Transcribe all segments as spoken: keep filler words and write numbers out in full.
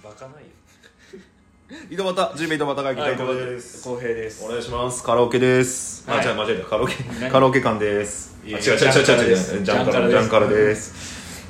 バカないよ。 井戸端じゅうめい井戸端会議はい、 大東です。 浩平です。 お願いします。カラオケです。 はい、 あ、違う間違えた。カラオケ何カラオケ館です。 いやあ、違う違う違う違う違うジャンカラジャンカラです。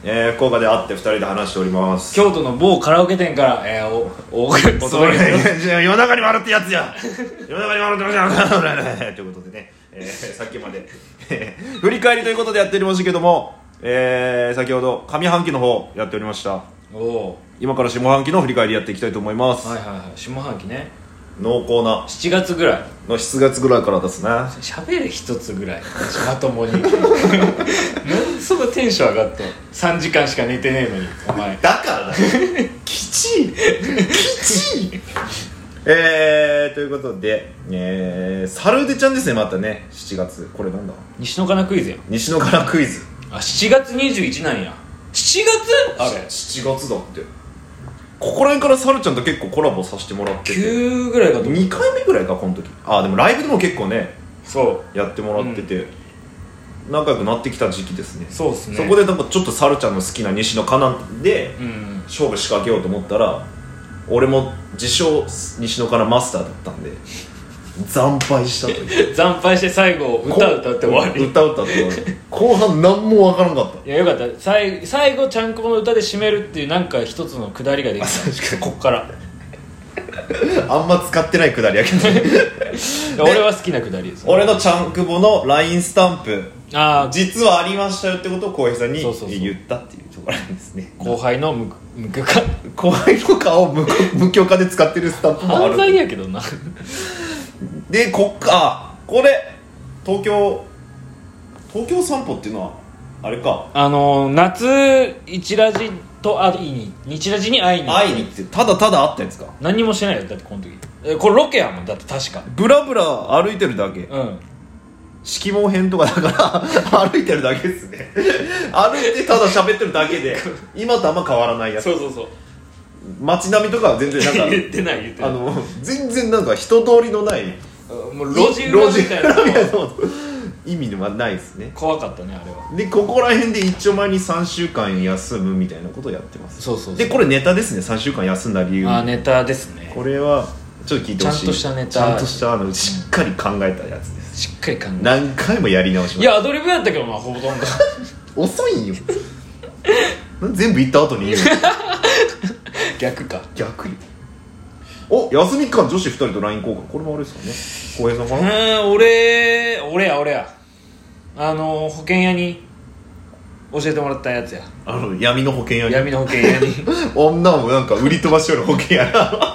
えー、福岡で会ってふたりで話しております。 京都の某カラオケ店から、えー、おおおそれ夜中に笑ってやつや夜中に笑ってましたということでね、えー、さっきまで振り返りということでやっておりましたけども、えー、先ほど上半期の方やっておりました。 おお。 今から下半期の振り返りやっていきたいと思います。 はいはいはい。下半期ね。 濃厚なしちがつぐらいのしちがつぐらいからですね。 喋る一つぐらいまともになんでそのテンション上がったの。さんじかんしか寝てねえのにお前だからだきちいきちいえー、ということで、えー、サルーデちゃんですね。またねしちがつ、これなんだ西野カナクイズやん。 西野カナクイズ。 あ、しちがつにじゅういちなんや。しちがつあれしちがつだって。ここら辺からサルちゃんと結構コラボさせてもらっててきゅうぐらいかと思う。 にかいめぐらいかこの時。あ、でもライブでも結構ねそうやってもらってて、うん、仲良くなってきた時期ですね。 そうですね。 そこでなんかちょっとサルちゃんの好きな西野カナで勝負仕掛けようと思ったら、俺も自称西野カナマスターだったんで惨敗したという惨敗して最後歌歌って終わり。 歌歌って終わり後半何も分からんかった。 いやよかった。最最後ちゃんこの歌で締めるっていうなんか一つのくだりができた。確かにこっからあんま使ってないくだりやけど俺は好きなくだりです。 俺のちゃんくぼの ライン スタンプ、 あ実はありましたよってことを浩平さんにそうそうそう言ったっていうところなんですね。 後輩の無無許可後輩の顔を 無, 無許可で使ってるスタンプもある。 犯罪やけどなで、こっか、これ東京東京散歩っていうのはあれか、 あの夏一ラジと会いに日ラジに会いに会いにってただただ会ったやつか。 何にもしてないよ。だってこの時えこれロケやもん。だって確かブラブラ歩いてるだけ。 うん色毛編とかだから歩いてるだけですね歩いてただ喋ってるだけで今とあんま変わらないやつ。 そうそうそう。 街並みとかは全然なんか言ってない言ってない。 あの全然なんか人通りのないもう路地裏みたいな意味はないですね。 怖かったねあれは。 でここら辺で一丁前にさんしゅうかん休むみたいなことをやってます。 そうそうそう。 でこれネタですね。さんしゅうかん休んだ理由。 あ、ネタですね。 これはちょっと聞いてほしい。 ちゃんとしたネタ、 ちゃんとしたあのしっかり考えたやつです。 しっかり考えた。 何回もやり直しました。 いやアドリブやったけどなほとんど遅いんよ全部言った後に言う逆か。 逆にお休み期間女子ふたりと ライン 交換。これもあれですかね。浩平さんかな。 うん俺俺や俺やあの保険屋に教えてもらったやつや。 あの闇の保険屋に闇の保険屋に女もなんか売り飛ばしよる保険屋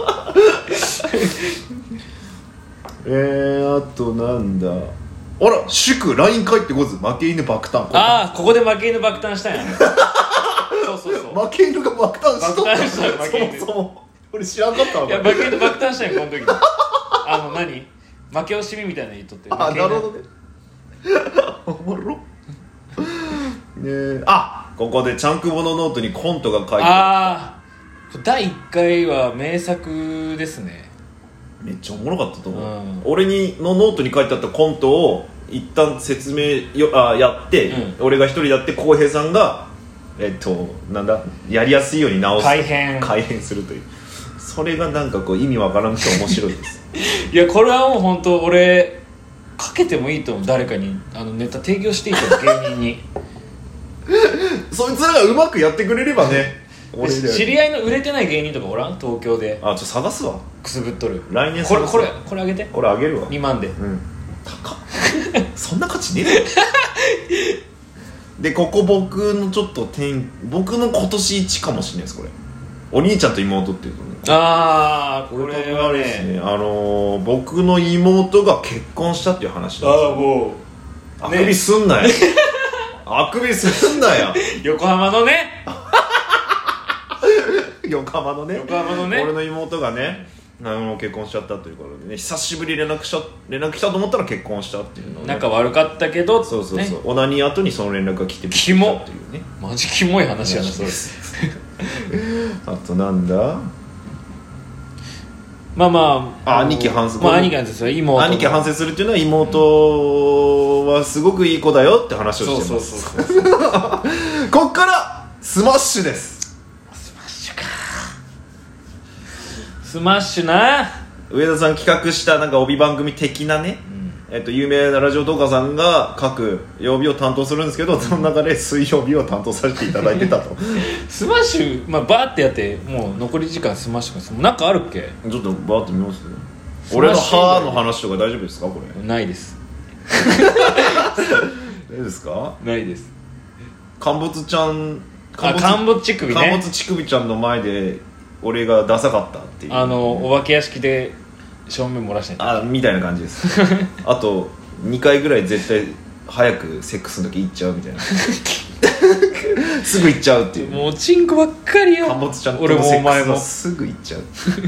えー、あとなんだ、あら祝 ライン 返ってこず負け犬爆誕。 ああここで負け犬爆誕したんやそうそうそう負け犬が爆誕した爆誕したよ負け犬。 そもそも俺知らんかったわ。 いや負け犬爆誕したんやこの時にあの何負け惜しみみたいなの言っとって。 あ、なるほどねおもろねえ。あ、ここでチャンクボのノートにコントが書いてある。 ああだいいっかいは名作ですね。 めっちゃおもろかったと思う、 うん、 俺にのノートに書いてあったコントを一旦説明よあやって、うん、俺が一人やって浩平さんがえっとなんだやりやすいように直す改変改変するという。それがなんかこう意味わからなくて面白いですいやこれはもう本当俺かけてもいいと思う。誰かにあのネタ提供していいと思う芸人にそいつらがうまくやってくれればね俺知り合いの売れてない芸人とかおらん東京で。 あ、ちょっと探すわ。 くすぶっとる。 来年これこれこれあげて。 俺あげるわ。 にまんで。 うん高っそんな価値ねえだろでここ僕のちょっと転僕の今年一かもしれないです。これお兄ちゃんと妹っていうとね。 ああこれはねですね、あのー、僕の妹が結婚したっていう話なんですよ。 ああもうあくびすんなよ、ね、あくびすんなよ横浜のね横浜のね横浜のね俺の妹がねあの結婚しちゃったということでね、久しぶり連絡した連絡来たと思ったら結婚したっていうのを、ね、 仲悪かったけどそうそうそう、 ね、 オナニー後にその連絡が来てキモっていうね。 マジキモい話やなそれあとなんだまあまあ、 あ兄貴反省、 まあ、兄貴反省する妹兄貴反省するっていうのは妹はすごくいい子だよって話をしてます。 そうそうそうそうこっからスマッシュです。 スマッシュかスマッシュな。 上田さん企画したなんか帯番組的なね、うん、えっと、有名なラジオトーカーさんが各曜日を担当するんですけど、その中で水曜日を担当させていただいてたとスマッシュ、まあ、バーってやってもう残り時間スマッシュがなんかあるっけ。 ちょっとバーって見ますね。俺の歯の話とか大丈夫ですかこれ。 ないです大丈夫ですか。 ないです。 陥没ちゃん、 陥没乳首ね。 陥没乳首ちゃんの前で俺がダサかったっていう、 あのお化け屋敷で正面漏らしてあみたいな感じですあとにかいぐらい絶対早くセックスの時行っちゃうみたいなすぐ行っちゃうっていう、 もうチンコばっかりよ。 陥没ちゃんとのセックスはすぐ行っちゃう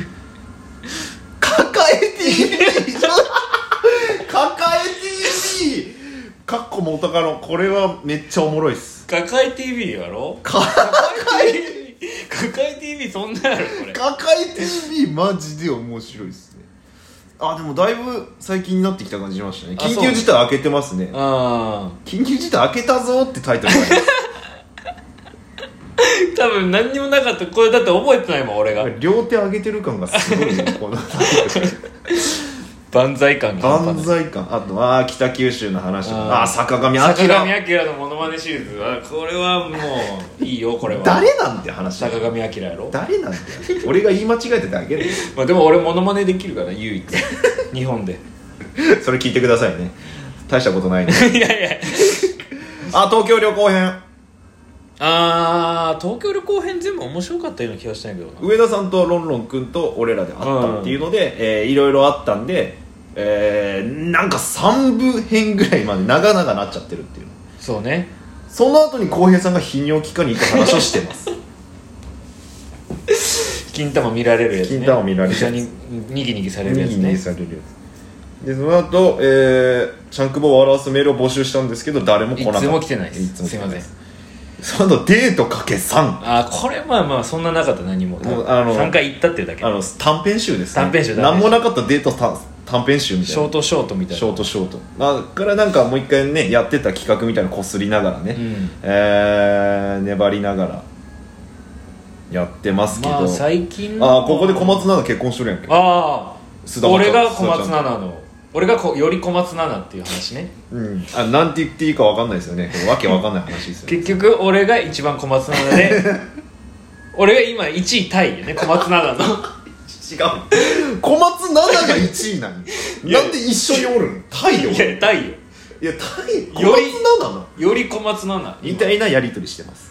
抱え ティーブイ 抱え ティーブイ かっこもおたかのこれはめっちゃおもろいっす。 抱え ティーブイ やろ。抱え抱え ティーブイ そんなやろこれ。 抱え ティーブイ マジで面白いっすね。あでもだいぶ最近になってきた感じしましたね。緊急事態開けてますね。 あ緊急事態開けたぞってタイトルがあります多分何にもなかった。これだって覚えてないもん俺が。 両手上げてる感がすごいねこの万歳感が万歳感。あとあ北九州の話とか、あ坂上彰彰坂上彰のモノマネシリーズはこれはもういいよ。これは誰なんて話。 坂上彰やろ。 誰なんて俺が言い間違えてただけでまあでも俺モノマネできるから唯一日本でそれ聞いてくださいね。大したことないねいやいやあ東京旅行編。 あー東京旅行編全部面白かったような気がしたんやけどな。 上田さんとロンロン君と俺らで会ったっていうので、うんえー、いろいろあったんで、えー、なんかさんぶ編ぐらいまで長々なっちゃってるっていう。 そうね。 その後に浩平さんが泌尿器科に行った話をしてます金玉見られるやつね。 金玉見られるやつ、 一緒ににぎにぎされるやつね。 にぎにぎされるやつで、その後、えー、チャンクボを笑わすメールを募集したんですけど誰も来なかった。 いつも来てないです。 いつも来てないです。 すいません。 その後デートかけさん。 あこれまあまあそんななかった。何ももうあのさんかい行ったっていうだけ。 あの短編集ですね。 短編集何もなかったデート短短編集みたいな。 ショートショートみたいな。 ショートショートだからなんかもう一回ねやってた企画みたいなのこすりながらね、うんえー、粘りながらやってますけど、 まあ最近あここで小松菜奈結婚しとるやんけ。 ああ俺が小松菜奈奈の俺がこより小松菜奈っていう話ね。 うんあなんて言っていいか分かんないですよね。わけ分かんない話ですよね結局俺が一番小松菜奈で俺が今いちいタイよね小松菜奈の違う小松菜奈がいちいなのなんで一緒におるん。タイよ。 いやタイよ。 いやタイ小松菜奈なより小松菜奈みたいなやり取りしてます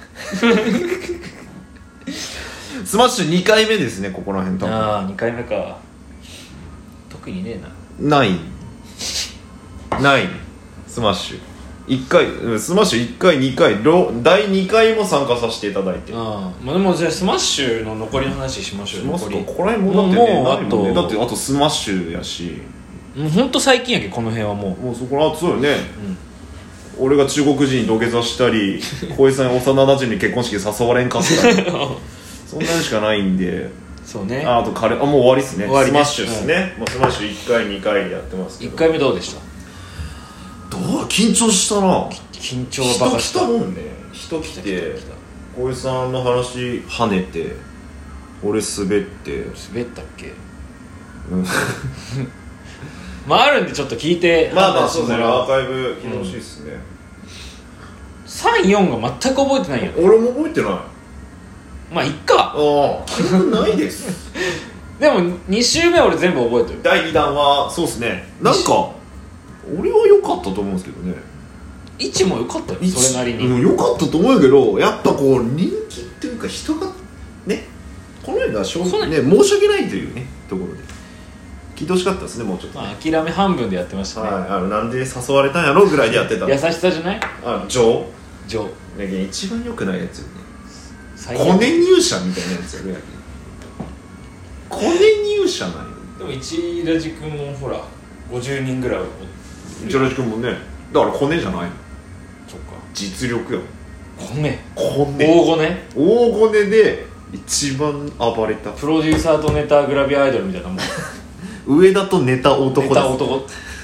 スマッシュにかいめですねここら辺多分。 ああにかいめか。特にねえな。 ないないスマッシュいっかいスマッシュいっかいにかいだいにかいも参加させていただいて。 ああ、まあ、でもじゃあスマッシュの残りの話しましょうよ。 しますか。ここら辺もだってねもうあと、 ね、だってあとスマッシュやしもうほんと最近やけこの辺はもうもうそこらそうよね、うん、俺が中国人に土下座したり小江さんに幼なじみに結婚式誘われんかったりそんなのしかないんで。 そうね。 ああと彼あもう終わりっすね。 終わりねスマッシュですね、うん、もうスマッシュいっかいにかいでやってますけど。 いっかいめどうでした。 どう緊張したな。 緊張はバカした。 人来たもんね。人来て小江さんの話跳ねて俺滑って滑ったっけ。 うんまああるんでちょっと聞いて。 まあまあそうですね。アーカイブ聞いてほしいですね、うん、 さん、よんが全く覚えてないよ。 俺も覚えてない。 まあいっか。 ああ記憶ないですでもに週目俺全部覚えてる。 だいにだんはそうですね。なんか俺は良かったと思うんですけどね。 いちも良かったよそれなりに。 うん良かったと思うけどやっぱこう人気っていうか人がねこのような正直ね申し訳ないというねところで聞いてほしかったですねもうちょっと、ね、 まあ、諦め半分でやってましたね。 はい、あのなんで誘われたんやろぐらいでやってた優しさじゃない。 あのジョージョー一番良くないやつよね。 コネ入社みたいなやつよね。コネ入社なんよ。 でも一ラジ君もほらごじゅうにんぐらいは一ラジ君もねだからコネじゃないの。 そっか実力よ。 コネコネ大コネ大コネで一番暴れたプロデューサーとネタグラビアアイドルみたいなもん上田とネタ男です。 ネタ男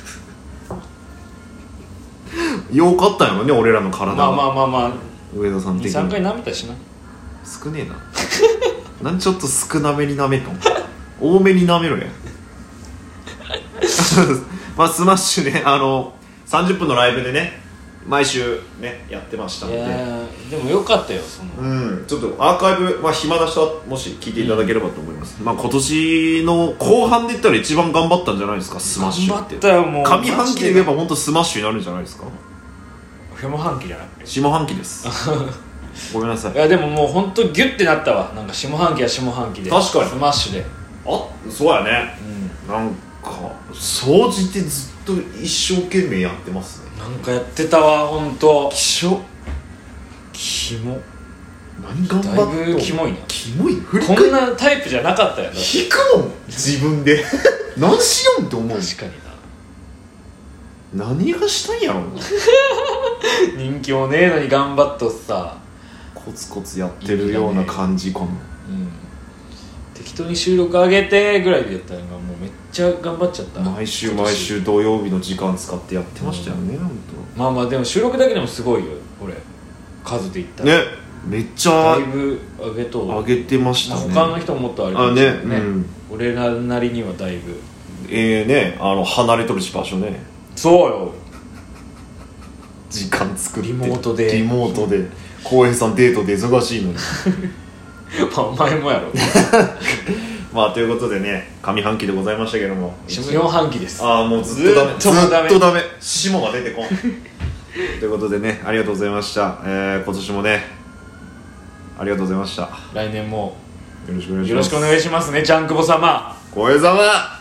よかったんやろね俺らの体が。 まあまあまあまあ上田さん的にに、さんかい舐めたしな。 少ねえななんちょっと少なめに舐めとん多めに舐めろやまあスマッシュね、あのさんじゅっぷんのライブでね毎週ねやってましたので、 いやでもよかったよその、 うん、ちょっとアーカイブ、まあ、暇な人はもし聞いていただければと思います、うん、まあ、今年の後半で言ったら一番頑張ったんじゃないですか、スマッシュって。 頑張ったよもう。 上半期で言えば本当スマッシュになるんじゃないですか。 下半期じゃなくて下半期ですごめんなさい。 いやでももう本当ギュッてなったわ、なんか下半期は下半期で確かにスマッシュで、 あ、そうやね、 うん、 なんか総じてずっと一生懸命やってますね。 なんかやってたわ本当。 きしょキモ、 何頑張っだいぶキモいな。 キモい。振りこ返んなタイプじゃなかったよだって。 引くもん自分で何しよんって思う。 確かにな、 何がしたいんやろ人気もねえのに頑張っとさ、 コツコツやってるような感じかも、 うん、適当に収録上げてぐらいでやったのがもうめっちゃ頑張っちゃった。 毎週毎週土曜日の時間使ってやってましたよね、うん、本まあまあでも収録だけでもすごいよ俺、数で言った当らね、めっちゃだいぶ上げと上げてましたね。 他の人ももっとあれかもしれないね、 あね、うん、 俺らなりにはだいぶええー、ね、あの離れとるし場所ね、 そうよ、 時間作ってリモートでリモートで浩平さんデートで忙しいのにまあお前もやろまあということでね、上半期でございましたけども、 よん半期です。 ああもうずっとダメずっとダメずっとダメ、下が出てこんということでね、ありがとうございました、えー、今年もねありがとうございました。 来年もよろしくお願いします。 よろしくお願いしますね、ジャンクボ様。 浩平様